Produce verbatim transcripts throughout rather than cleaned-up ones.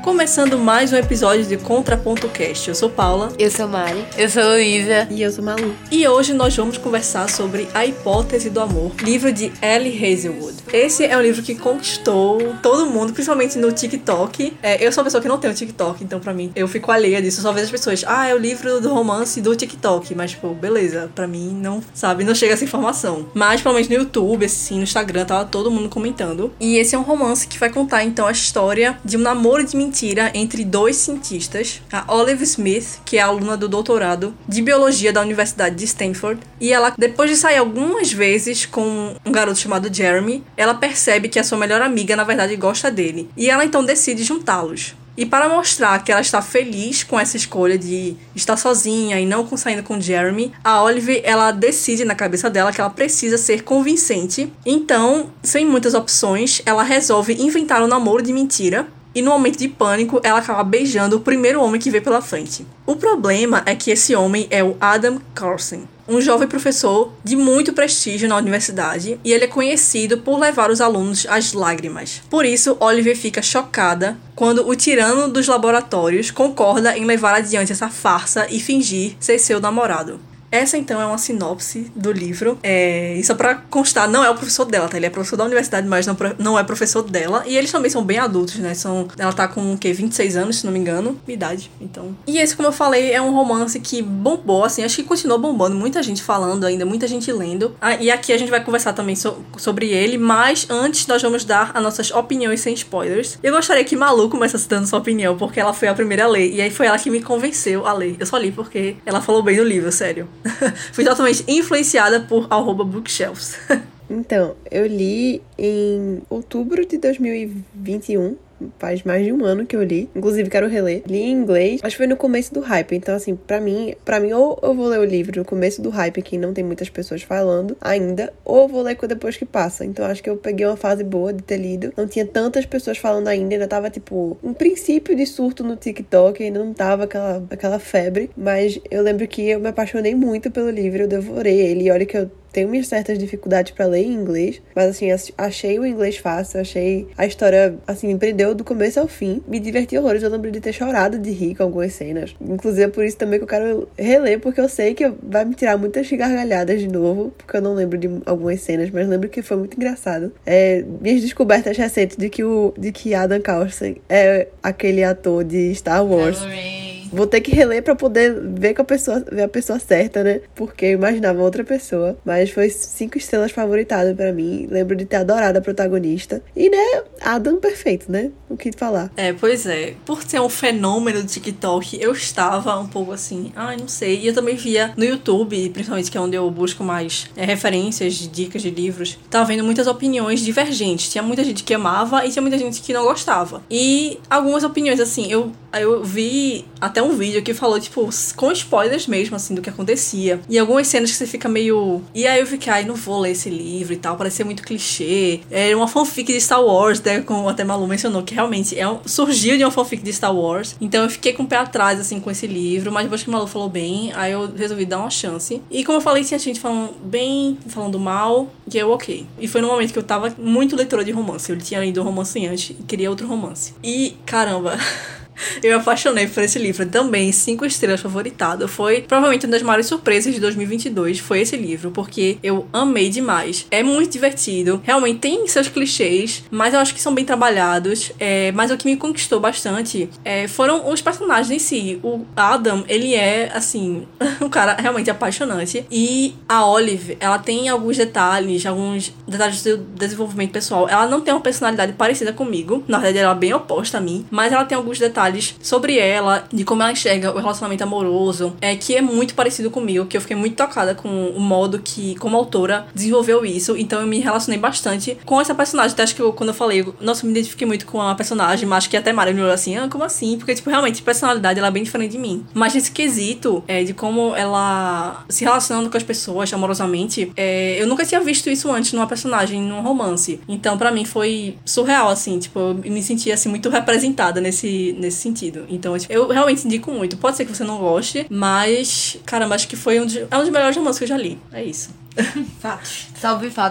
Começando mais um episódio de Contraponto Cast. Eu sou Paula. Eu sou Mari. Eu sou Luísa. E eu sou Malu. E hoje nós vamos conversar sobre A Hipótese do Amor, livro de Ellie Hazelwood. Esse é um livro que conquistou todo mundo, principalmente no TikTok. É, eu sou uma pessoa que não tem um TikTok, então pra mim, eu fico alheia disso. Eu só vejo as pessoas, ah, é o livro do romance do TikTok. Mas, tipo, beleza, pra mim não, sabe, não chega essa informação. Mas, pelo menos no YouTube, assim, no Instagram, tava todo mundo comentando. E esse é um romance que vai contar, então, a história de um namoro de mentira entre dois cientistas, a Olive Smith, que é aluna do doutorado de biologia da Universidade de Stanford, e ela, depois de sair algumas vezes com um garoto chamado Jeremy, ela percebe que a sua melhor amiga, na verdade, gosta dele, e ela então decide juntá-los. E para mostrar que ela está feliz com essa escolha de estar sozinha e não saindo com Jeremy, a Olive, ela decide na cabeça dela que ela precisa ser convincente. Então, sem muitas opções, ela resolve inventar um namoro de mentira. E no momento de pânico, ela acaba beijando o primeiro homem que vê pela frente. O problema é que esse homem é o Adam Carlson, um jovem professor de muito prestígio na universidade, e ele é conhecido por levar os alunos às lágrimas. Por isso, Oliver fica chocada quando o tirano dos laboratórios concorda em levar adiante essa farsa e fingir ser seu namorado. Essa, então, é uma sinopse do livro. É, e só pra constar, não é o professor dela, tá? Ele é professor da universidade, mas não, não é professor dela. E eles também são bem adultos, né? São, ela tá com, o quê? vinte e seis anos, se não me engano. Idade, então. E esse, como eu falei, é um romance que bombou, assim. Acho que continuou bombando. Muita gente falando ainda, muita gente lendo. Ah, e aqui a gente vai conversar também so, sobre ele. Mas antes, nós vamos dar as nossas opiniões sem spoilers. Eu gostaria que Malu começasse dando sua opinião, porque ela foi a primeira a ler. E aí foi ela que me convenceu a ler. Eu só li porque ela falou bem do livro, sério. Fui totalmente influenciada por arroba bookshelves. Então, eu li em outubro de dois mil e vinte e um. Faz mais de um ano que eu li. Inclusive, quero reler. Li em inglês. Acho que foi no começo do hype. Então, assim, pra mim, pra mim, ou eu vou ler o livro no começo do hype, que não tem muitas pessoas falando ainda, ou eu vou ler depois que passa. Então, acho que eu peguei uma fase boa de ter lido. Não tinha tantas pessoas falando ainda. Ainda tava, tipo, um princípio de surto no TikTok. Ainda não tava aquela, aquela febre. Mas eu lembro que eu me apaixonei muito pelo livro. Eu devorei ele. E olha que eu tenho minhas certas dificuldades pra ler em inglês, mas assim, achei o inglês fácil, achei a história, assim, me prendeu do começo ao fim, me diverti horrores, eu lembro de ter chorado de rir com algumas cenas, inclusive é por isso também que eu quero reler, porque eu sei que vai me tirar muitas gargalhadas de novo, porque eu não lembro de algumas cenas, mas lembro que foi muito engraçado. É, minhas descobertas recentes de que, o, de que Adam Carlson é aquele ator de Star Wars. Vou ter que reler pra poder ver, com a pessoa, ver a pessoa certa, né? Porque eu imaginava outra pessoa. Mas foi cinco estrelas favoritada pra mim. Lembro de ter adorado a protagonista. E, né, Adam perfeito, né? O que falar. É, pois é. Por ser um fenômeno do TikTok, eu estava um pouco assim, ai, ah, não sei. E eu também via no YouTube, principalmente que é onde eu busco mais é, referências, dicas de livros. Tava vendo muitas opiniões divergentes. Tinha muita gente que amava e tinha muita gente que não gostava. E algumas opiniões, assim, eu, eu vi até um vídeo que falou, tipo, com spoilers mesmo, assim, do que acontecia. E algumas cenas que você fica meio... E aí eu fiquei, ai, não vou ler esse livro e tal, parece ser muito clichê. É uma fanfic de Star Wars, né, como até Malu mencionou, que realmente é um... surgiu de uma fanfic de Star Wars. Então eu fiquei com o pé atrás, assim, com esse livro, mas depois que Malu falou bem, aí eu resolvi dar uma chance. E como eu falei, tinha gente falando bem, falando mal, que eu ok. E foi no momento que eu tava muito leitora de romance. Eu tinha lido um romance antes e queria outro romance. E, caramba... Eu me apaixonei por esse livro também, cinco estrelas, favoritado. Foi provavelmente uma das maiores surpresas de dois mil e vinte e dois, foi esse livro, porque eu amei demais. É muito divertido, realmente tem seus clichês, mas eu acho que são bem trabalhados. É, mas o que me conquistou bastante é, foram os personagens em si. O Adam, ele é, assim, um cara realmente apaixonante. E a Olive, ela tem alguns detalhes, alguns detalhes do desenvolvimento pessoal. Ela não tem uma personalidade parecida comigo, na verdade ela é bem oposta a mim, mas ela tem alguns detalhes sobre ela, de como ela enxerga o relacionamento amoroso, é, que é muito parecido comigo, que eu fiquei muito tocada com o modo que, como autora, desenvolveu isso, então eu me relacionei bastante com essa personagem. Até acho que eu, quando eu falei, eu, nossa, eu me identifiquei muito com a personagem, mas acho que até Mara me olhou assim, ah, como assim? Porque, tipo, realmente, a personalidade, ela é bem diferente de mim. Mas nesse quesito, é, de como ela se relaciona com as pessoas amorosamente, é, eu nunca tinha visto isso antes numa personagem, num romance. Então, pra mim, foi surreal, assim, tipo, eu me sentia, assim, muito representada nesse, nesse sentido. Então, eu realmente indico muito. Pode ser que você não goste, mas, caramba, acho que foi um dos, é um dos melhores romances que eu já li. É isso. Fatos. Salve fatos.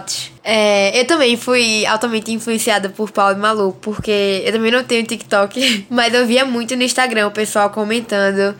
É, eu também fui altamente influenciada por Paulo e Malu, porque eu também não tenho TikTok, mas eu via muito no Instagram o pessoal comentando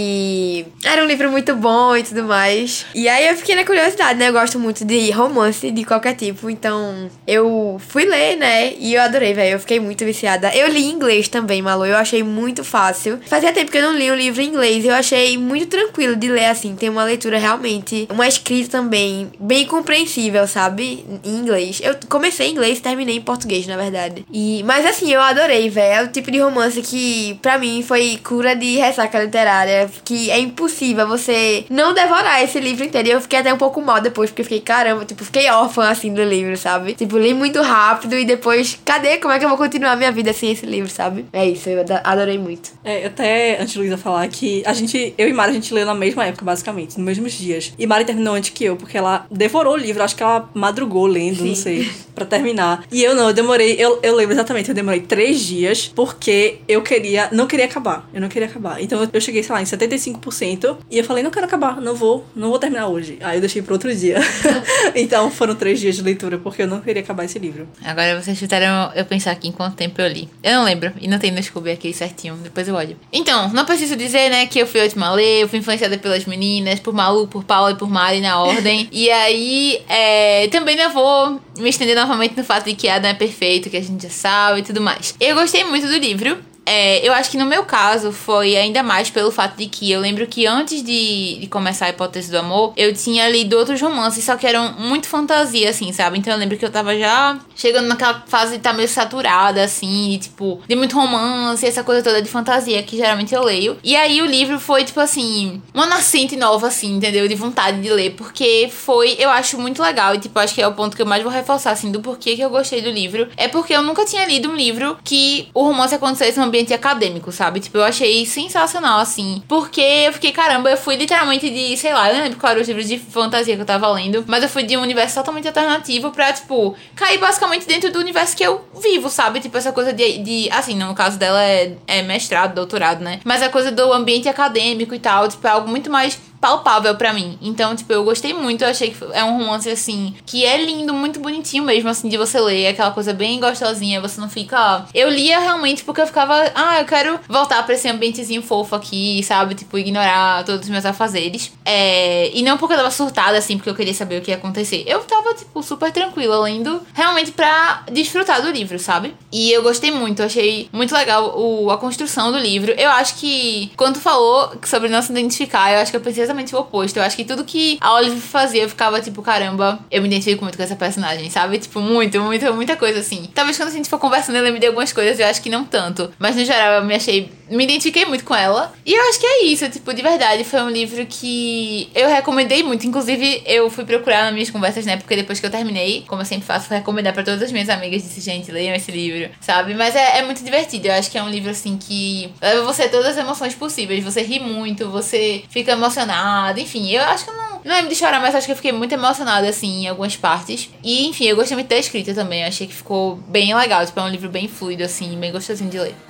que era um livro muito bom e tudo mais. E aí eu fiquei na curiosidade, né? Eu gosto muito de romance de qualquer tipo, então eu fui ler, né? E eu adorei, velho. Eu fiquei muito viciada. Eu li em inglês também, Malu. Eu achei muito fácil. Fazia tempo que eu não li um livro em inglês. Eu achei muito tranquilo de ler, assim. Tem uma leitura realmente, uma escrita também bem compreensível, sabe? Em inglês. Eu comecei em inglês e terminei em português, na verdade. E, mas assim, eu adorei, velho. É o tipo de romance que, pra mim, foi cura de ressaca literária. Que é impossível você não devorar esse livro inteiro. E eu fiquei até um pouco mal depois, porque eu fiquei, caramba, tipo, fiquei órfã, assim, do livro, sabe? Tipo, li muito rápido e depois, cadê? Como é que eu vou continuar minha vida sem esse livro, sabe? É isso, eu adorei muito. É, até antes de Luísa falar que a gente, eu e Mari, a gente leu na mesma época, basicamente, nos mesmos dias. E Mari terminou antes que eu, porque ela devorou o livro, acho que ela madrugou lendo, Sim. não sei, pra terminar. E eu não, eu demorei, eu, eu lembro exatamente, eu demorei três dias, porque eu queria, não queria acabar, eu não queria acabar. Então eu, eu cheguei, sei lá, em setenta e cinco por cento, e eu falei, não quero acabar, não vou, não vou terminar hoje. Aí eu deixei pro outro dia. Então foram três dias de leitura, porque eu não queria acabar esse livro. Agora vocês chutaram eu pensar aqui em quanto tempo eu li. Eu não lembro, e não tem no Scooby aqui certinho, depois eu olho. Então, não preciso dizer, né, que eu fui a última a ler, eu fui influenciada pelas meninas, por Malu, por Paula e por Mari na ordem. E aí, é, também não vou me estender novamente no fato de que Adam é perfeito, que a gente já sabe e tudo mais. Eu gostei muito do livro. É, eu acho que no meu caso foi ainda mais pelo fato de que eu lembro que antes de, de começar a Hipótese do Amor, eu tinha lido outros romances, só que eram muito fantasia, assim, sabe? Então eu lembro que eu tava já chegando naquela fase de estar tá meio saturada, assim, tipo, de muito romance, essa coisa toda de fantasia que geralmente eu leio. E aí o livro foi, tipo assim, uma nascente nova, assim, entendeu? De vontade de ler, porque foi, eu acho muito legal, e tipo, acho que é o ponto que eu mais vou reforçar, assim, do porquê que eu gostei do livro. É porque eu nunca tinha lido um livro que o romance acontecesse num ambiente acadêmico, sabe? Tipo, eu achei sensacional, assim, porque eu fiquei, caramba, eu fui literalmente de, sei lá, eu não lembro qual eram os livros de fantasia que eu tava lendo, mas eu fui de um universo totalmente alternativo pra, tipo, cair basicamente dentro do universo que eu vivo, sabe? Tipo, essa coisa de, de assim, no caso dela é, é mestrado, doutorado, né? Mas a coisa do ambiente acadêmico e tal, tipo, é algo muito mais palpável pra mim. Então, tipo, eu gostei muito. Eu achei que é um romance, assim, que é lindo, muito bonitinho mesmo, assim, de você ler. É aquela coisa bem gostosinha. Você não fica... Ó. Eu lia realmente porque eu ficava... Ah, eu quero voltar pra esse ambientezinho fofo aqui, sabe? Tipo, ignorar todos os meus afazeres. É... E não porque eu tava surtada, assim, porque eu queria saber o que ia acontecer. Eu tava, tipo, super tranquila lendo, realmente pra desfrutar do livro, sabe? E eu gostei muito. Eu achei muito legal o... a construção do livro. Eu acho que... Quando tu falou sobre não se identificar, eu acho que eu pensei exatamente o oposto. Eu acho que tudo que a Olive fazia, eu ficava tipo, caramba, eu me identifico muito com essa personagem, sabe? Tipo, muito, muito, muita coisa assim. Talvez quando a gente for conversando, eu lembre de algumas coisas, eu acho que não tanto. Mas no geral, eu me achei... Me identifiquei muito com ela. E eu acho que é isso, tipo, de verdade, foi um livro que eu recomendei muito. Inclusive, eu fui procurar nas minhas conversas, né? Porque depois que eu terminei, como eu sempre faço, fui recomendar pra todas as minhas amigas. Disse, gente, leiam esse livro, sabe? Mas é, é muito divertido. Eu acho que é um livro, assim, que leva você a todas as emoções possíveis. Você ri muito, você fica emocionado. Enfim, eu acho que eu não, não lembro de chorar, mas acho que eu fiquei muito emocionada, assim, em algumas partes. E, enfim, eu gostei muito da escrita também. Eu achei que ficou bem legal. Tipo, é um livro bem fluido, assim, bem gostosinho de ler.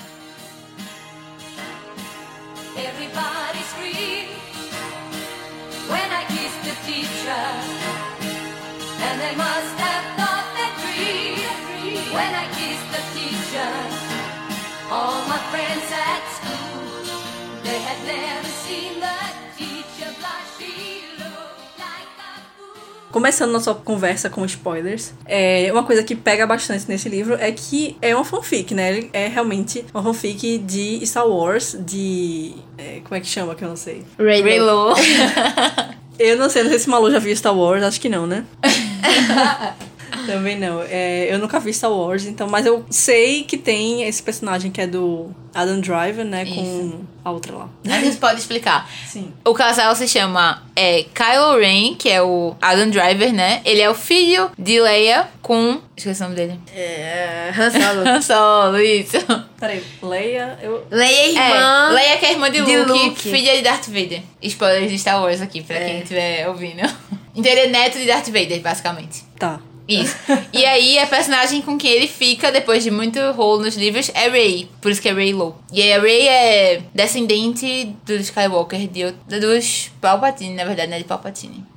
Everybody screamed when I kissed the teacher, and they must have thought that dream when I kissed the teacher. All my friends at school, they had never seen the teacher blush. She looked like a fool. Começando nossa conversa com spoilers, é, uma coisa que pega bastante nesse livro é que é uma fanfic, né? Ele é realmente uma fanfic de Star Wars, de... É, como é que chama, que eu não sei? Reylo. Eu não sei, não sei se Malu já viu Star Wars, acho que não, né? Também não. É, eu nunca vi Star Wars, então, mas eu sei que tem esse personagem que é do Adam Driver, né? Isso. Com a outra lá. A gente pode explicar. Sim. O casal se chama é, Kylo Ren, que é o Adam Driver, né? Ele é o filho de Leia com... Esqueci o nome dele. É... Han Solo. Han Solo, isso. Peraí, Leia... Eu... Leia é irmã... É, Leia que é irmã de, de Luke, Luke, filha de Darth Vader. Spoilers de Star Wars aqui, pra É. quem estiver ouvindo. Então ele é neto de Darth Vader, basicamente. Tá. Isso. E aí, a personagem com quem ele fica, depois de muito rolo nos livros, é Rey. Por isso que é Reylo. E aí, a Rey é descendente dos Skywalker, de, dos Palpatine, na verdade, né? De Palpatine.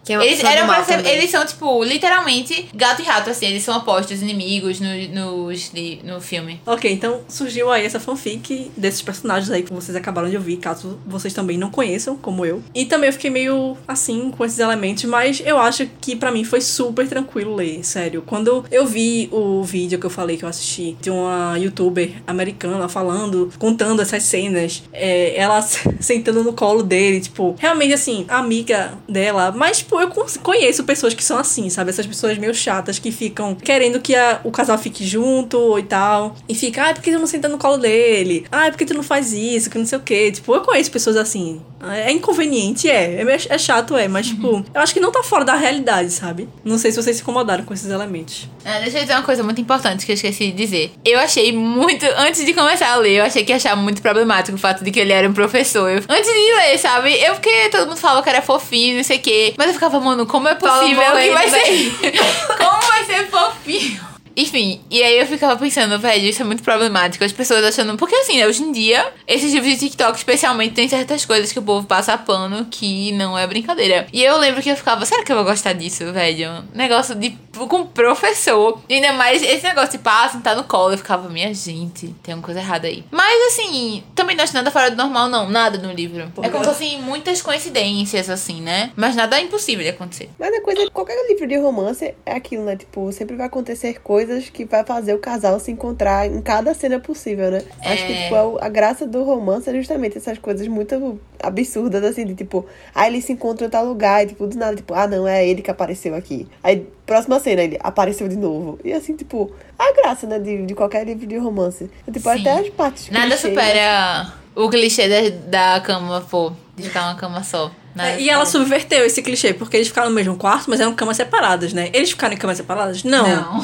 Que é uma Eles pessoa do eram pra mal ser, também. eles são, tipo, literalmente gato e rato, assim. Eles são opostos, inimigos no, nos, li- no filme. Ok, então surgiu aí essa fanfic desses personagens aí que vocês acabaram de ouvir, caso vocês também não conheçam, como eu. E também eu fiquei meio assim com esses elementos, mas eu acho que pra mim foi super tranquilo ler, sério. Quando eu vi o vídeo que eu falei que eu assisti de uma youtuber americana falando, contando essas cenas, é, ela sentando no colo dele, tipo, realmente assim, a amiga dela, mas tipo, eu conheço pessoas que são assim, sabe? Essas pessoas meio chatas que ficam querendo que a, o casal fique junto e tal, e fica, ah, por que tu não senta no colo dele? Ah, por que tu não faz isso? Que não sei o quê. Tipo, eu conheço pessoas assim. É inconveniente, é. É, é chato, é. Mas, tipo, eu acho que não tá fora da realidade, sabe? Não sei se vocês se incomodaram com esses elementos. Ah, deixa eu dizer uma coisa muito importante que eu esqueci de dizer. Eu achei muito, antes de começar a ler, eu achei que ia achar muito problemático o fato de que ele era um professor. Eu, antes de ler, sabe? Eu, porque todo mundo falava que era fofinho, não sei o quê. Mas eu ficava, mano, como é possível que vai ser... Como vai ser fofinho? Enfim, e aí eu ficava pensando, velho, isso é muito problemático. As pessoas achando... Porque assim, né, hoje em dia, esses livros de TikTok, especialmente, tem certas coisas que o povo passa pano que não é brincadeira. E eu lembro que eu ficava, será que eu vou gostar disso, velho? Negócio de... com professor. E ainda mais esse negócio de pá, sentar no colo. Eu ficava, minha gente, tem uma coisa errada aí. Mas assim, também não acho nada fora do normal, não. Nada no livro. É como se fossem muitas coincidências, assim, né? Mas nada é impossível de acontecer. Mas a coisa, qualquer livro de romance é aquilo, né? Tipo, sempre vai acontecer coisas que vai fazer o casal se encontrar em cada cena possível, né? É. Acho que, tipo, a, a graça do romance é justamente essas coisas muito absurdas, assim, de tipo, ah, eles se encontram em tal lugar, e tipo, do nada, tipo, ah, não, é ele que apareceu aqui. Aí, próxima cena, ele apareceu de novo. E assim, tipo, a graça, né, de, de qualquer livro de romance. Tipo, Sim. até as partes Nada clichê, né? supera o clichê da, da cama, pô. De ficar uma cama só. Nada É, e ela supera. subverteu esse clichê, porque eles ficaram no mesmo quarto, mas eram camas separadas, né? Eles ficaram em camas separadas? Não. Não.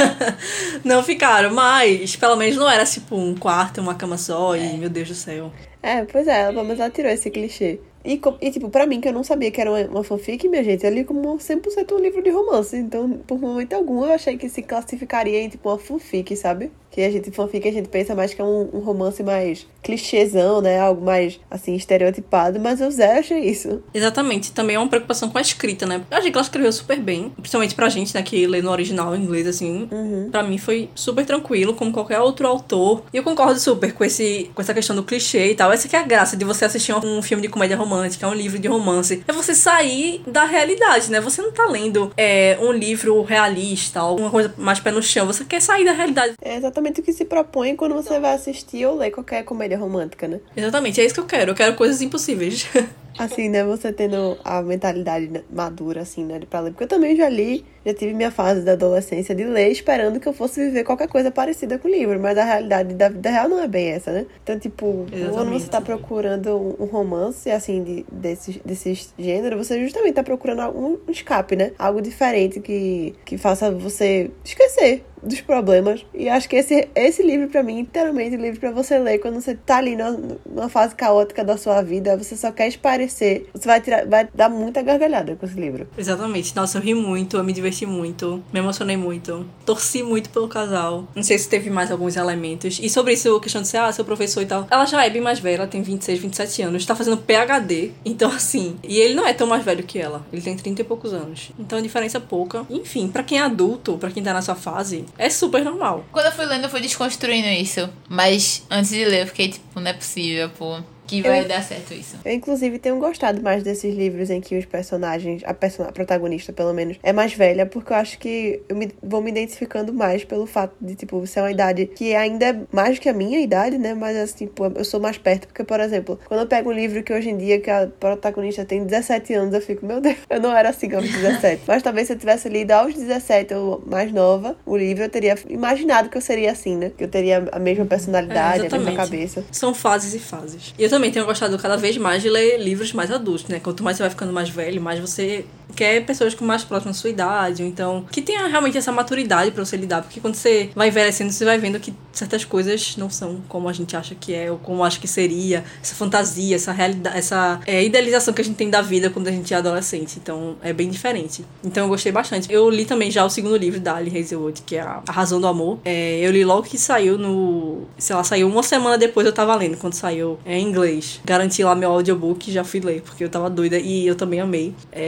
Não ficaram, mas pelo menos não era tipo um quarto e uma cama só, e meu Deus do céu. É, pois é, ela, mas ela tirou esse clichê. E, co- e, tipo, pra mim, que eu não sabia que era uma, uma fanfic, minha gente, eu li como cem por cento um livro de romance. Então, por momento algum, eu achei que se classificaria em, tipo, uma fanfic, sabe? Que a gente, fanfic, a gente pensa mais que é um, um romance mais clichêzão, né? Algo mais, assim, estereotipado. Mas eu zero achei isso. Exatamente, também é uma preocupação com a escrita, né? Eu achei que ela escreveu super bem, principalmente pra gente, né, que lê no original em inglês, assim. Uhum. Pra mim foi super tranquilo, como qualquer outro autor. E eu concordo super com, esse, com essa questão do clichê e tal. Essa que é a graça de você assistir um, um filme de comédia romântica, um livro de romance. É você sair da realidade, né? Você não tá lendo é, um livro realista, alguma coisa mais pé no chão. Você quer sair da realidade. É exatamente o que se propõe quando você vai assistir ou ler qualquer comédia romântica, né? Exatamente, é isso que eu quero. Eu quero coisas impossíveis. Assim, né? Você tendo a mentalidade né, madura, assim, né? Pra ler. Porque eu também já li, já tive minha fase da adolescência de ler, esperando que eu fosse viver qualquer coisa parecida com o livro. Mas a realidade da vida real não é bem essa, né? Então, tipo, Exatamente. quando você tá procurando um, um romance, assim, de, desse, desse gênero, você justamente tá procurando um, um escape, né? Algo diferente que, que faça você esquecer dos problemas. E acho que esse, esse livro, pra mim, literalmente, é um livro pra você ler quando você tá ali numa, numa fase caótica da sua vida, você só quer esparecer. Você vai, tirar, vai dar muita gargalhada com esse livro. Exatamente. Nossa, eu ri muito, eu me diverti muito, me emocionei muito, torci muito pelo casal. Não sei se teve mais alguns elementos. E sobre isso, a questão de ser, ah, seu professor e tal. Ela já é bem mais velha, ela tem vinte e seis, vinte e sete anos, tá fazendo P H D. Então, assim, e ele não é tão mais velho que ela. Ele tem trinta e poucos anos. Então, a diferença é pouca. Enfim, pra quem é adulto, pra quem tá na sua fase, é super normal. Quando eu fui lendo, eu fui desconstruindo isso. Mas antes de ler, eu fiquei tipo, não é possível, pô. Que vai Eu- dar certo isso. Eu, inclusive, tenho gostado mais desses livros em que os personagens, a, person a protagonista, pelo menos, é mais velha, porque eu acho que eu me, vou me identificando mais pelo fato de, tipo, ser uma idade que ainda é mais do que a minha idade, né? Mas, assim, tipo, eu sou mais perto, porque, por exemplo, quando eu pego um livro que hoje em dia, que a protagonista tem dezessete anos, eu fico, meu Deus, eu não era assim aos dezessete. Mas talvez se eu tivesse lido aos dezessete ou mais nova, o livro, eu teria imaginado que eu seria assim, né? Que eu teria a mesma personalidade, a mesma exatamente. cabeça. São fases e fases. E eu também tenho gostado cada vez mais de ler livros mais adultos, né? Quanto mais você vai ficando mais velho, mais você quer pessoas com mais próximas da sua idade, ou então que tenha realmente essa maturidade pra você lidar, porque quando você vai envelhecendo, você vai vendo que certas coisas não são como a gente acha que é, ou como acha que seria, essa fantasia, essa realidade, essa é, idealização que a gente tem da vida quando a gente é adolescente, então é bem diferente. Então eu gostei bastante. Eu li também já o segundo livro da Ali Hazelwood, que é A A Razão do Amor. É, eu li logo que saiu no... sei lá, saiu uma semana depois eu tava lendo, quando saiu é, em inglês. Garanti lá meu audiobook e já fui ler, porque eu tava doida e eu também amei. É o tipo de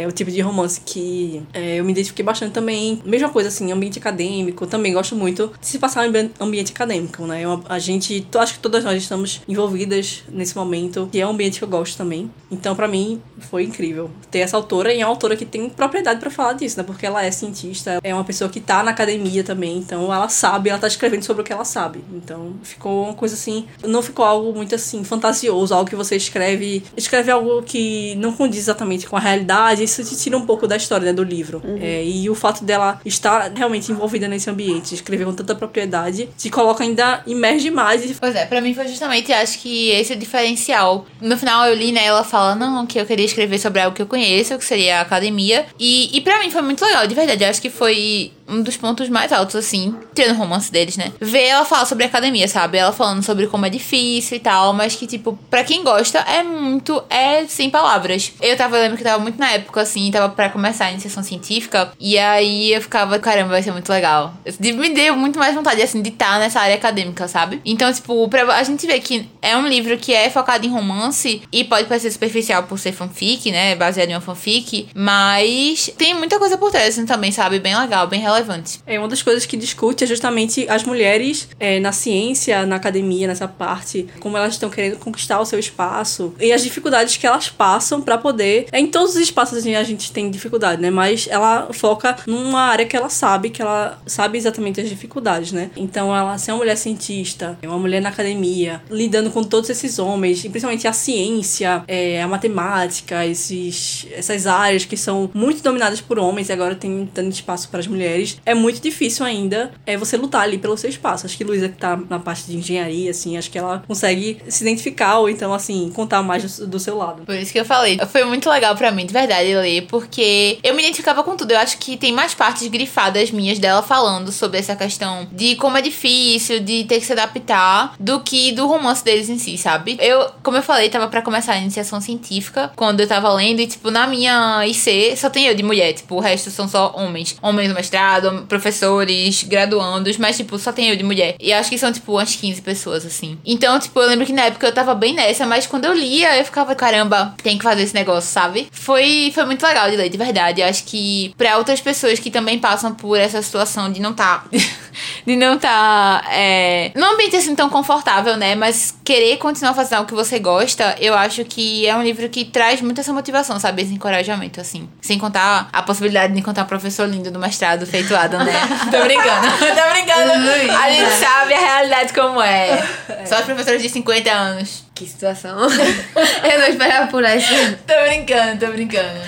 romance que é, eu me identifiquei bastante também. Mesma coisa, assim, ambiente acadêmico. Também gosto muito de se passar em ambiente acadêmico, né? Eu, a gente, acho que todas nós estamos envolvidas nesse momento, que é um ambiente que eu gosto também. Então, pra mim, foi incrível ter essa autora, e é uma autora que tem propriedade pra falar disso, né? Porque ela é cientista, é uma pessoa que tá na academia também, então ela sabe, ela tá escrevendo sobre o que ela sabe. Então, ficou uma coisa assim, não ficou algo muito assim, fantasioso, algo que você escreve, escreve algo que não condiz exatamente com a realidade, isso te tira um pouco da história, né, do livro. Uhum. É, e o fato dela estar realmente envolvida nesse ambiente, escrever com tanta propriedade, te coloca ainda, imerge mais. Pois é, pra mim foi justamente, acho que esse é o diferencial. No final eu li, né, ela fala, não, que eu queria escrever sobre algo que eu conheço, que seria a academia, e, e pra mim foi muito legal, de verdade, eu acho que foi um dos pontos mais altos, assim, tendo o romance deles, né, ver ela falar sobre a academia, sabe, ela falando sobre como é difícil e tal, mas que, tipo, pra quem gosta, é muito, é sem palavras. Eu tava, eu lembro que tava muito na época, assim, tava pra começar a iniciação científica, e aí eu ficava, caramba, vai ser muito legal. Me deu muito mais vontade, assim, de estar nessa área acadêmica, sabe? Então, tipo, pra a gente ver que é um livro que é focado em romance, e pode parecer superficial por ser fanfic, né, baseado em uma fanfic, mas tem muita coisa por trás, assim, também, sabe? Bem legal, bem relevante. É, uma das coisas que discute é justamente as mulheres é, na ciência, na academia, nessa parte, como elas estão querendo conquistar o seu espaço, e as dificuldades que elas passam pra poder... É, em todos os espaços assim, a gente tem dificuldade, né? Mas ela foca numa área que ela sabe, que ela sabe exatamente as dificuldades, né? Então, ela ser uma mulher cientista, uma mulher na academia, lidando com todos esses homens, e principalmente a ciência, é, a matemática, esses, essas áreas que são muito dominadas por homens e agora tem tanto espaço para as mulheres, é muito difícil ainda é você lutar ali pelo seu espaço. Acho que Luísa, que tá na parte de engenharia, assim, acho que ela consegue se identificar ou então, assim, contar mais do, do seu lado. Por isso que eu falei. Foi muito legal pra mim, de verdade, ler, porque eu me identificava com tudo. Eu acho que tem mais partes grifadas minhas dela falando sobre essa questão de como é difícil, de ter que se adaptar, do que do romance deles em si, sabe? Eu, como eu falei, tava pra começar a iniciação científica quando eu tava lendo e, tipo, na minha I C só tem eu de mulher, tipo, o resto são só homens. Homens do mestrado, professores, graduandos, mas, tipo, só tem eu de mulher. E acho que são, tipo, umas quinze pessoas, assim. Então, tipo, eu lembro que na época eu tava bem nessa, mas quando eu lia, eu ficava, caramba, tem que fazer esse negócio, sabe? Foi, foi muito legal de ler, de verdade. Eu acho que pra outras pessoas que também passam por essa situação de não tá... de não tá... É, num ambiente, assim, tão confortável, né? Mas querer continuar fazendo algo que você gosta, eu acho que é um livro que traz muito essa motivação, sabe? Esse encorajamento, assim. Sem contar a possibilidade de encontrar um professor lindo do mestrado feito Adam, né? Tô brincando. Tô brincando. A gente sabe a realidade como é. Só os professores de cinquenta anos. Que situação. Eu não esperava por essa. Tô brincando, tô brincando.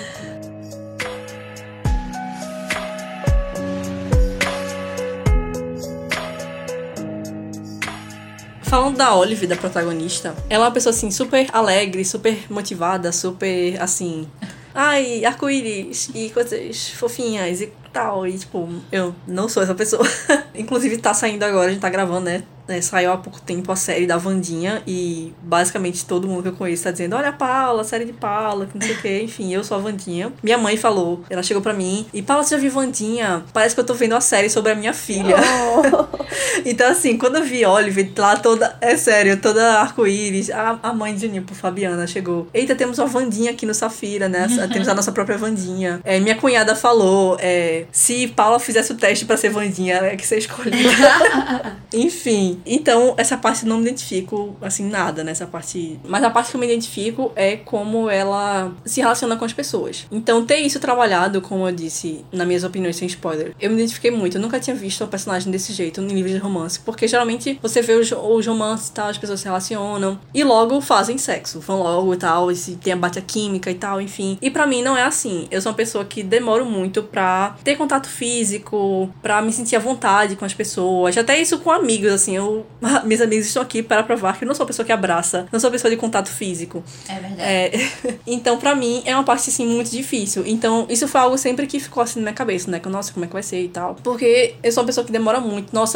Falando da Olive, da protagonista, ela é uma pessoa, assim, super alegre, super motivada, super, assim... Ai, arco-íris e coisas fofinhas e tal. E, tipo, eu não sou essa pessoa. Inclusive, tá saindo agora, a gente tá gravando, né? É, saiu há pouco tempo a série da Wandinha e basicamente todo mundo que eu conheço tá dizendo, olha a Paula, a série de Paula, que não sei o que, enfim, eu sou a Wandinha. Minha mãe falou, ela chegou pra mim e, Paula, você já viu Wandinha? Parece que eu tô vendo a série sobre a minha filha. Oh. Então, assim, quando eu vi Oliver lá toda, é sério, toda arco-íris, a, a mãe de Nilpo, Fabiana, chegou, eita, temos uma Wandinha aqui no Safira, né? Temos a nossa própria Wandinha. É, minha cunhada falou, é, se Paula fizesse o teste pra ser Wandinha, é que você escolhia. Enfim. Então, essa parte eu não me identifico, assim, nada nessa parte. Mas a parte que eu me identifico é como ela se relaciona com as pessoas. Então, ter isso trabalhado, como eu disse, nas minhas opiniões sem spoiler, eu me identifiquei muito. Eu nunca tinha visto uma personagem desse jeito em livros de romance. Porque, geralmente, você vê os, os romances e tal, as pessoas se relacionam e logo fazem sexo. Vão logo e tal, e se tem a bate a química e tal, enfim. E pra mim não é assim. Eu sou uma pessoa que demoro muito pra ter contato físico, pra me sentir à vontade com as pessoas. Até isso com amigos, assim, eu... Meus amigos estão aqui para provar que eu não sou uma pessoa que abraça, não sou uma pessoa de contato físico. É verdade. É, então, pra mim, é uma parte, assim, muito difícil. Então, isso foi algo sempre que ficou, assim, na minha cabeça, né? Que, nossa, como é que vai ser e tal. Porque eu sou uma pessoa que demora muito. Nossa, quando eu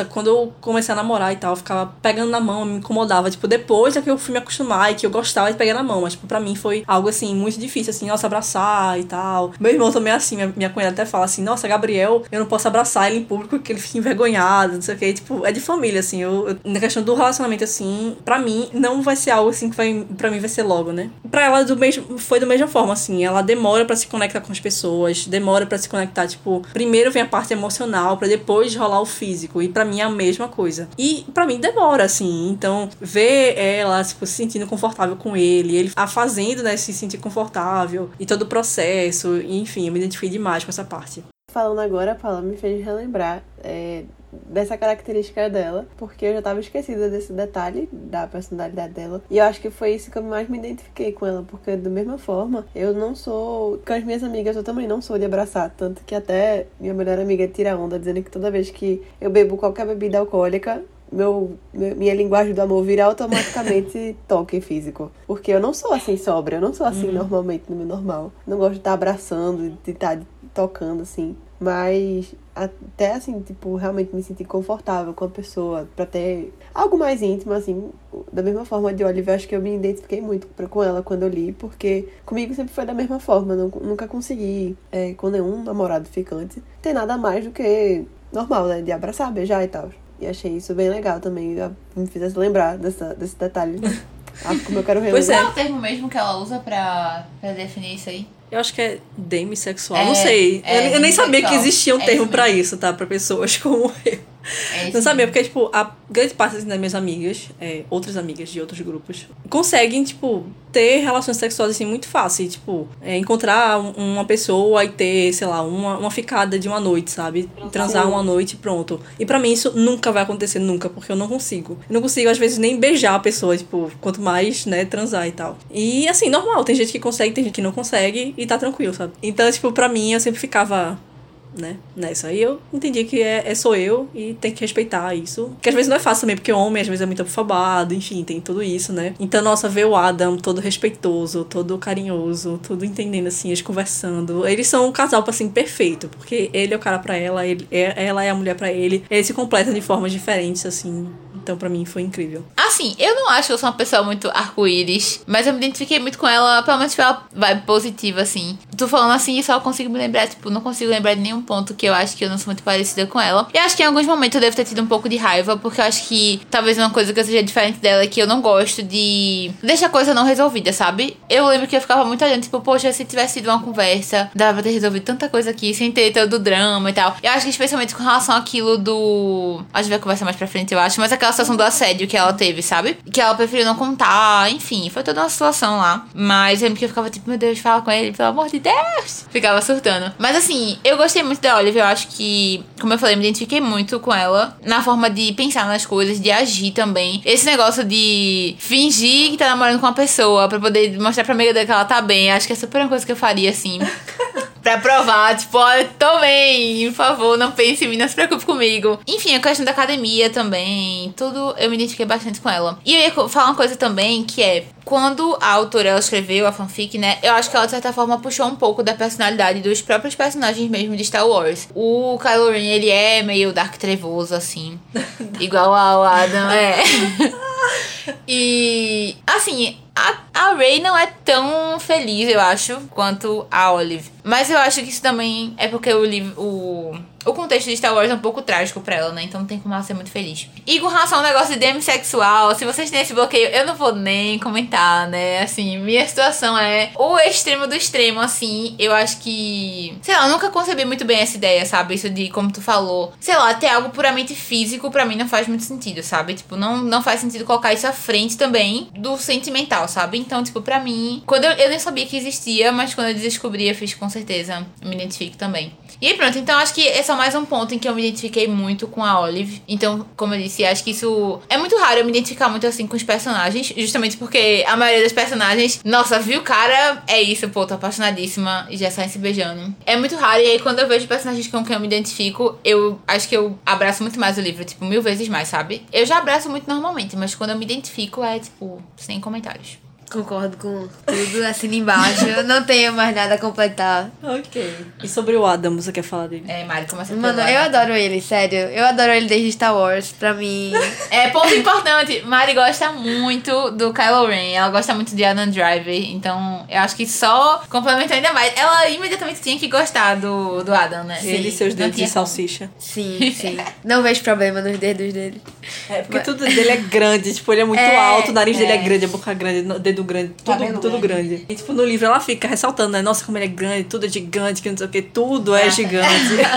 eu comecei a namorar e tal, eu ficava pegando na mão, me incomodava. Tipo, depois é que eu fui me acostumar e que eu gostava de pegar na mão. Mas, tipo, pra mim foi algo, assim, muito difícil, assim, nossa, abraçar e tal. Meu irmão também é assim, minha, minha cunhada até fala assim, nossa, Gabriel, eu não posso abraçar ele em público porque ele fica envergonhado, não sei o que. Tipo, é de família, assim. Eu, eu, na questão do relacionamento, assim, pra mim, não vai ser algo, assim, que vai, pra mim vai ser logo, né? Pra ela, do mesmo, foi da mesma forma, assim. Ela demora pra se conectar com as pessoas, demora pra se conectar, tipo, primeiro vem a parte emocional, pra depois rolar o físico. E pra mim é a mesma coisa. E pra mim demora, assim. Então, ver ela, tipo, se sentindo confortável com ele, ele a fazendo, né, se sentir confortável, e todo o processo, e, enfim, eu me identifiquei demais com essa parte. Falando agora, a Paula me fez relembrar é, dessa característica dela, porque eu já tava esquecida desse detalhe da personalidade dela. E eu acho que foi isso que eu mais me identifiquei com ela, porque da mesma forma, eu não sou... Com as minhas amigas, eu também não sou de abraçar, tanto que até minha melhor amiga tira onda, dizendo que toda vez que eu bebo qualquer bebida alcoólica, Meu, meu, minha linguagem do amor vira automaticamente toque físico. Porque eu não sou assim sóbria, eu não sou assim uhum. normalmente, no meu normal. Não gosto de estar abraçando, de estar tocando, assim. Mas até, assim, tipo, realmente me sentir confortável com a pessoa pra ter algo mais íntimo, assim. Da mesma forma de Oliver, acho que eu me identifiquei muito com ela quando eu li, porque comigo sempre foi da mesma forma. Não, nunca consegui, é, com nenhum namorado ficante, ter nada mais do que normal, né? De abraçar, beijar e tal. E achei isso bem legal também. Me fizesse lembrar dessa, desse detalhe. Ah, como eu quero relembrar. Pois é. Qual é o termo mesmo que ela usa pra, pra definir isso aí? Eu acho que é demissexual. É, não sei. é, eu, eu nem sabia que existia um é termo isso pra isso, tá? Pra pessoas como eu. É não sabia, porque, tipo, a grande parte assim, das minhas amigas, é, outras amigas de outros grupos, conseguem, tipo, ter relações sexuais, assim, muito fácil. Tipo, é, encontrar um, uma pessoa e ter, sei lá, uma, uma ficada de uma noite, sabe? Transar Sim. uma noite e pronto. E pra mim isso nunca vai acontecer, nunca, porque eu não consigo. Eu não consigo, às vezes, nem beijar a pessoa, tipo, quanto mais, né, transar e tal. E, assim, normal, tem gente que consegue, tem gente que não consegue e tá tranquilo, sabe? Então, tipo, pra mim, eu sempre ficava... né, nessa. E eu entendi que é, é sou eu e tem que respeitar isso. Que às vezes não é fácil também, porque o homem às vezes é muito afobado, enfim, tem tudo isso, né? Então, nossa, ver o Adam todo respeitoso, todo carinhoso, tudo entendendo, assim, eles conversando. Eles são um casal, assim, perfeito, porque ele é o cara pra ela, ele, é, ela é a mulher pra ele. Eles se completam de formas diferentes, assim. Então, pra mim, foi incrível. Assim, eu não acho que eu sou uma pessoa muito arco-íris, mas eu me identifiquei muito com ela, pelo menos pela vibe positiva, assim. Tô falando assim e só consigo me lembrar, tipo, não consigo lembrar de nenhum ponto que eu acho que eu não sou muito parecida com ela. E acho que em alguns momentos eu devo ter tido um pouco de raiva, porque eu acho que talvez uma coisa que eu seja diferente dela é que eu não gosto de deixar a coisa não resolvida, sabe? Eu lembro que eu ficava muito olhando, tipo, poxa, se tivesse sido uma conversa, dava pra ter resolvido tanta coisa aqui, sem ter todo o drama e tal. Eu acho que especialmente com relação àquilo do... A gente vai conversar mais pra frente, eu acho, mas aquela situação do assédio que ela teve, sabe? Que ela preferiu não contar, enfim, foi toda uma situação lá. Mas eu lembro que eu ficava tipo, meu Deus, fala com ele, pelo amor de Deus. Ficava surtando. Mas assim, eu gostei muito da Olive, eu acho que, como eu falei, eu me identifiquei muito com ela na forma de pensar nas coisas, de agir também. Esse negócio de fingir que tá namorando com uma pessoa pra poder mostrar pra amiga dela que ela tá bem, acho que é super uma coisa que eu faria, assim. Pra provar, tipo, olha, tô bem, por favor, não pense em mim, não se preocupe comigo. Enfim, a questão da academia também, tudo eu me identifiquei bastante com ela. E eu ia falar uma coisa também, que é, quando a autora ela escreveu a fanfic, né, eu acho que ela, de certa forma, puxou um pouco da personalidade dos próprios personagens mesmo de Star Wars. O Kylo Ren, ele é meio dark trevoso, assim, igual ao Adam, é. E, assim... A, a Rey não é tão feliz, eu acho, quanto a Olive. Mas eu acho que isso também é porque o, o, o contexto de Star Wars é um pouco trágico pra ela, né? Então não tem como ela ser muito feliz. E com relação ao negócio de demissexual, se vocês têm esse bloqueio, eu não vou nem comentar, né? Assim, minha situação é o extremo do extremo, assim. Eu acho que... Sei lá, eu nunca concebi muito bem essa ideia, sabe? Isso de, como tu falou, sei lá, ter algo puramente físico pra mim não faz muito sentido, sabe? Tipo, não, não faz sentido colocar isso à frente também do sentimental, sabe? Então, tipo, pra mim, quando eu, eu nem sabia que existia, mas quando eu descobri, eu fiz com certeza, eu me identifico também. E aí pronto, então acho que esse é mais um ponto em que eu me identifiquei muito com a Olive. Então, como eu disse, acho que isso é muito raro eu me identificar muito assim com os personagens, justamente porque a maioria dos personagens, nossa, viu, cara, é isso, pô, tô apaixonadíssima e já saem se beijando. É muito raro, e aí quando eu vejo personagens com quem eu me identifico, eu acho que eu abraço muito mais o livro, tipo, mil vezes mais, sabe? Eu já abraço muito normalmente, mas quando eu me identifico é, tipo, sem comentários. Concordo com tudo, assina embaixo. Eu não tenho mais nada a completar. Ok. E sobre o Adam, você quer falar dele? É, Mari, começa Mano, pelo eu Adam. adoro ele, sério. Eu adoro ele desde Star Wars. Pra mim... É, ponto importante. Mari gosta muito do Kylo Ren. Ela gosta muito de Adam Driver. Então, eu acho que só complementou ainda mais. Ela imediatamente tinha que gostar do, do Adam, né? Ele e seus não dedos de tinha como. salsicha. Sim, sim. Não vejo problema nos dedos dele. É, porque tudo dele é grande, tipo, ele é muito É, alto, o nariz dele é é. grande, a boca grande, o dedo grande, tudo, Cabelo tudo grande. grande. E, tipo, no livro ela fica ressaltando, né? Nossa, como ele é grande, tudo é gigante, que não sei o que, tudo é gigante.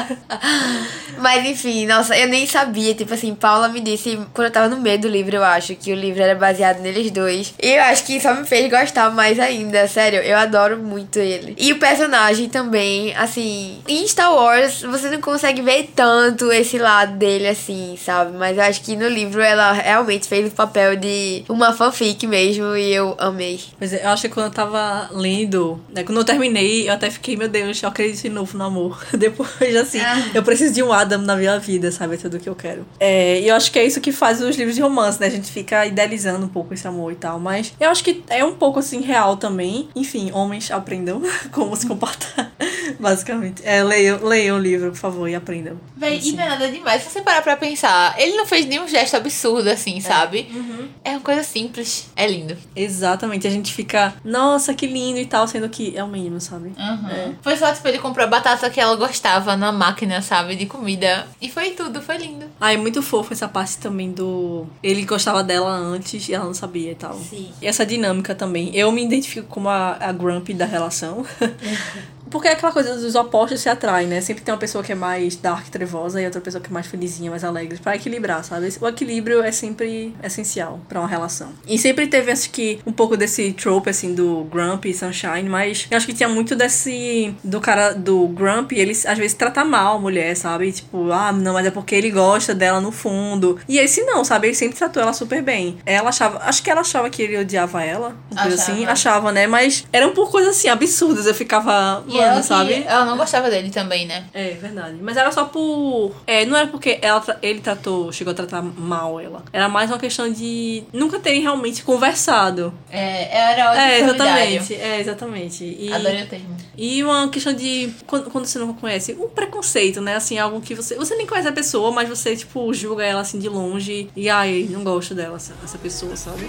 Mas enfim, nossa, eu nem sabia. Tipo assim, Paula me disse quando eu tava no meio do livro, eu acho, que o livro era baseado neles dois. E eu acho que só me fez gostar mais ainda. Sério, eu adoro muito ele. E o personagem também, assim, em Star Wars você não consegue ver tanto esse lado dele, assim, sabe? Mas eu acho que no livro ela realmente fez o papel de uma fanfic mesmo e eu amei. Pois é, eu acho que quando eu tava lendo, né, quando eu terminei, eu até fiquei, meu Deus, eu acredito de novo no amor. Depois, assim, Ah. eu preciso de um Adam na minha vida, sabe? É tudo que eu quero. É, e eu acho que é isso que faz os livros de romance, né? A gente fica idealizando um pouco esse amor e tal. Mas eu acho que é um pouco, assim, real também. Enfim, homens aprendam como se comportar, basicamente. É, leiam, leiam o livro, por favor, e aprendam. Véi, Assim. e não é nada demais. Se você parar pra pensar, ele não fez nenhum gesto absurdo, assim, sabe? É uma coisa simples. É lindo. Exatamente, a gente fica, nossa, que lindo e tal, sendo que é o mínimo, sabe? Uhum. Foi só, tipo, ele comprou a batata que ela gostava na máquina, sabe? De comida. E foi tudo, foi lindo. Ah, é muito fofo essa parte também do... Ele gostava dela antes e ela não sabia e tal. Sim. E essa dinâmica também. Eu me identifico como a, a Grumpy da relação. Porque é aquela coisa dos opostos se atraem, né? Sempre tem uma pessoa que é mais dark, trevosa, e outra pessoa que é mais felizinha, mais alegre, pra equilibrar, sabe? O equilíbrio é sempre essencial pra uma relação. E sempre teve, acho que, um pouco desse trope, assim, do Grumpy e Sunshine, mas eu acho que tinha muito desse... do cara, do Grumpy, ele às vezes trata mal a mulher, sabe? Tipo, ah, não, mas é porque ele gosta dela no fundo. E esse não, sabe? Ele sempre tratou ela super bem. Ela achava... Acho que ela achava que ele odiava ela, uma coisa Achava. assim. Achava, né? Mas eram por coisas, assim, absurdas. Eu ficava... E ela, que- sabe? ela não gostava dele também, né? É, verdade. Mas era só por... É, não era porque ela, tra- ele tratou... Chegou a tratar mal ela. Era mais uma questão de nunca terem realmente conversado. É, era ótimo. É, exatamente. É, exatamente. E, Adorei o termo. e uma questão de... Quando, quando você não conhece, um preconceito, né? Assim, algo que você... Você nem conhece a pessoa, mas você, tipo, julga ela, assim, de longe. E, ai, não gosto dela, essa, essa pessoa, sabe?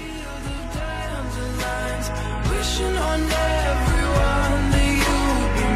Wishing on everyone that you'd be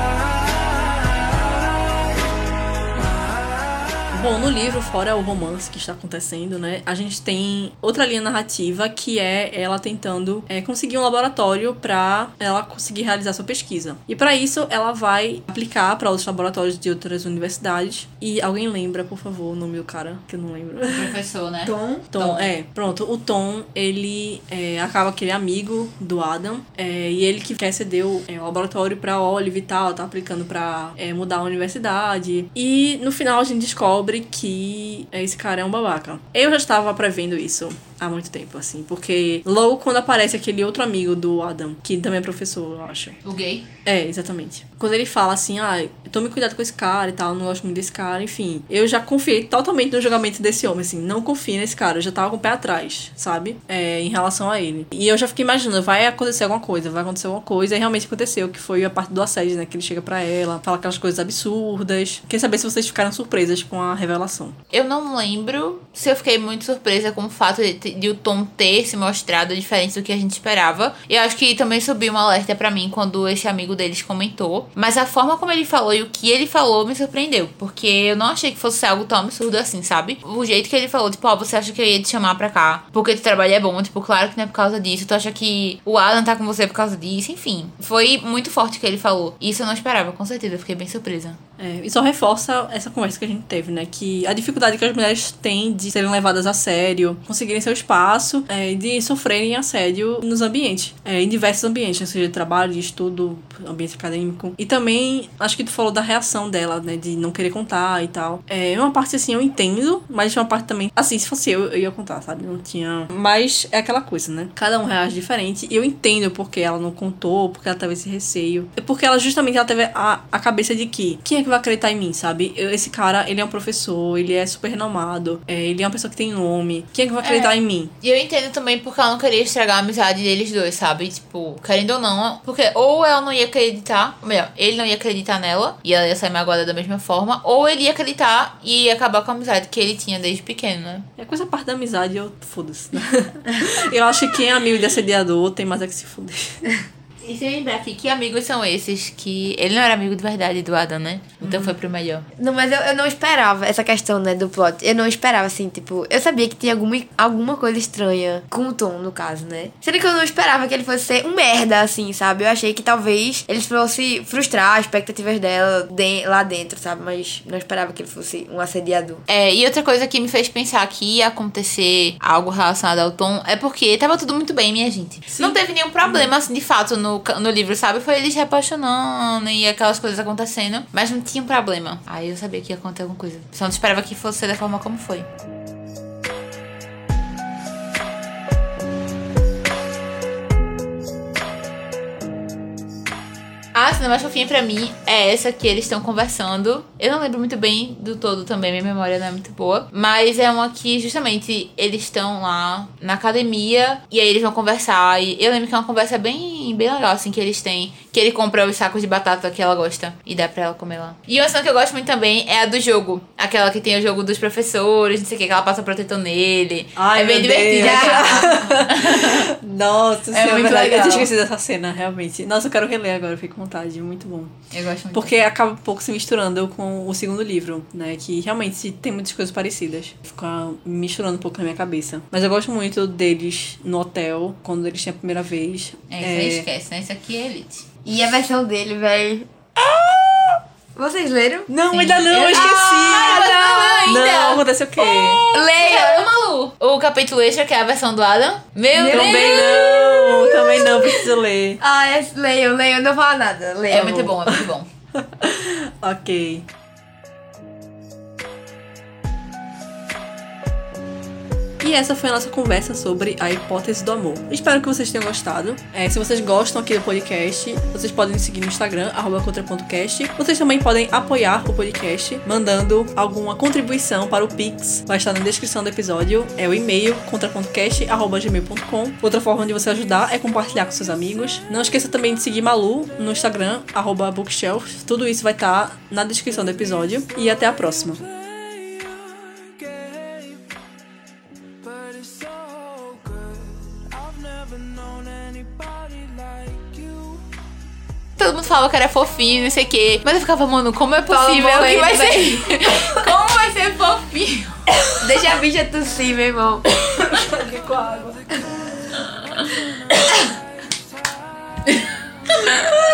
Bom, no livro, fora o romance que está acontecendo, né, a gente tem outra linha narrativa que é ela tentando é, conseguir um laboratório pra ela conseguir realizar sua pesquisa. E pra isso, ela vai aplicar pra outros laboratórios de outras universidades. E alguém lembra, por favor, o nome do cara, que eu não lembro. Professor, né? Tom? Tom, é, pronto. O Tom, ele é, acaba que ele é amigo do Adam, é, e ele que quer ceder o, é, o laboratório pra Olive e tal, tá aplicando pra é, mudar a universidade. E no final a gente descobre que esse cara é um babaca. Eu já estava prevendo isso há muito tempo, assim, porque logo quando aparece aquele outro amigo do Adam, que também é professor, eu acho. O gay. É, exatamente. Quando ele fala assim, ah, tome cuidado com esse cara e tal, não gosto muito desse cara, enfim. Eu já confiei totalmente no julgamento desse homem, assim, não confio nesse cara, eu já tava com o pé atrás, sabe? É, em relação a ele. E eu já fiquei imaginando, vai acontecer alguma coisa, vai acontecer alguma coisa, e realmente aconteceu, que foi a parte do assédio, né, que ele chega pra ela, fala aquelas coisas absurdas. Queria saber se vocês ficaram surpresas com a revelação. Eu não lembro se eu fiquei muito surpresa com o fato de, de o Tom ter se mostrado diferente do que a gente esperava. Eu acho que também subiu um alerta pra mim quando esse amigo deles comentou. Mas a forma como ele falou e o que ele falou me surpreendeu. Porque eu não achei que fosse algo tão absurdo assim, sabe? O jeito que ele falou, tipo, ó, oh, você acha que eu ia te chamar pra cá porque teu trabalho é bom? Tipo, claro que não é por causa disso. Tu acha que o Alan tá com você por causa disso? Enfim, foi muito forte o que ele falou. Isso eu não esperava, com certeza. Eu fiquei bem surpresa. É, e só reforça essa conversa que a gente teve, né? Que a dificuldade que as mulheres têm de serem levadas a sério, conseguirem seu espaço, é, de sofrerem assédio nos ambientes, é, em diversos ambientes, né? Seja de trabalho, de estudo, ambiente acadêmico. E também, acho que tu falou da reação dela, né? De não querer contar e tal. É uma parte, assim, eu entendo, mas uma parte também... Assim, se fosse eu, eu ia contar, sabe? Não tinha... Mas é aquela coisa, né? Cada um reage diferente. E eu entendo porque ela não contou, porque ela teve esse receio. É porque ela, justamente, ela teve a, a cabeça de que quem é que que vai acreditar em mim, sabe? Eu- esse cara, ele é um professor, ele é super renomado, é, ele é uma pessoa que tem nome. Quem é que vai acreditar em mim? E eu entendo também porque ela não queria estragar a amizade deles dois, sabe? Tipo, querendo ou não, porque ou ela não ia acreditar, ou melhor, ele não ia acreditar nela e ela ia sair magoada da mesma forma, ou ele ia acreditar e ia acabar com a amizade que ele tinha desde pequeno, né? É com essa parte da amizade, eu foda-se. Né? Eu acho que quem é amigo de assediador tem mais é que se fuder. E se lembrar aqui, que amigos são esses que... Ele não era amigo de verdade do Adam, né? Então foi pro melhor. Não, mas eu, eu não esperava essa questão, né, do plot. Eu não esperava, assim, tipo... Eu sabia que tinha alguma, alguma coisa estranha com o Tom, no caso, né? Sendo que eu não esperava que ele fosse ser um merda, assim, sabe? Eu achei que talvez ele fosse frustrar as expectativas dela de- lá dentro, sabe? Mas não esperava que ele fosse um assediador. É, e outra coisa que me fez pensar que ia acontecer algo relacionado ao Tom é porque tava tudo muito bem, minha gente. Não teve nenhum problema, assim, de fato, no, ca- no livro, sabe? Foi eles se apaixonando e aquelas coisas acontecendo, mas não tinha um problema. Aí eu sabia que ia acontecer alguma coisa. Só não esperava que fosse da forma como foi. A cena mais fofinha pra mim é essa que eles estão conversando. Eu não lembro muito bem do todo também, minha memória não é muito boa. Mas é uma que justamente eles estão lá na academia e aí eles vão conversar. E eu lembro que é uma conversa bem, bem legal, assim, que eles têm. Que ele compra os sacos de batata que ela gosta e dá pra ela comer lá. E uma cena que eu gosto muito também é a do jogo. Aquela que tem o jogo dos professores, não sei o que, que ela passa protetor nele. Ai, é bem meu divertida. Deus. Nossa, É sim, muito verdade. legal. Eu tinha esquecido dessa cena, realmente. Nossa, eu quero reler agora, fiquei com vontade, muito bom. Eu gosto muito. Porque acaba um pouco se misturando com o segundo livro, né? Que realmente tem muitas coisas parecidas. Fica misturando um pouco na minha cabeça. Mas eu gosto muito deles no hotel, quando eles têm a primeira vez. É, isso aí esquece, né? Isso aqui é Elite. E a versão dele, velho... Vocês leram? Não, Sim. ainda não, eu Eu- esqueci. Ah, não, ainda. Não, acontece o quê? Leia, eu, Malu. O capítulo extra, que é a versão do Adam. Meu Deus! Também não, também não, preciso ler. Ah, é, leiam, leiam, não fala nada. Leiam. É muito bom, é muito bom. Ok. E essa foi a nossa conversa sobre a hipótese do amor. Espero que vocês tenham gostado. É, se vocês gostam aqui do podcast, vocês podem me seguir no Instagram, arroba contra.cast. Vocês também podem apoiar o podcast, mandando alguma contribuição para o Pix. Vai estar na descrição do episódio. É o e-mail contra.cast, arroba gmail ponto com. Outra forma de você ajudar é compartilhar com seus amigos. Não esqueça também de seguir Malu no Instagram, arroba bookshelf. Tudo isso vai estar na descrição do episódio. E até a próxima. But it's so good. I've never known anybody like you. Todo mundo falava que era fofinho, não sei o quê. Mas eu ficava, mano, como é possível Fala, que vai morrendo, ser... Como vai ser fofinho? Deixa a bicha tossir, meu irmão. Com água.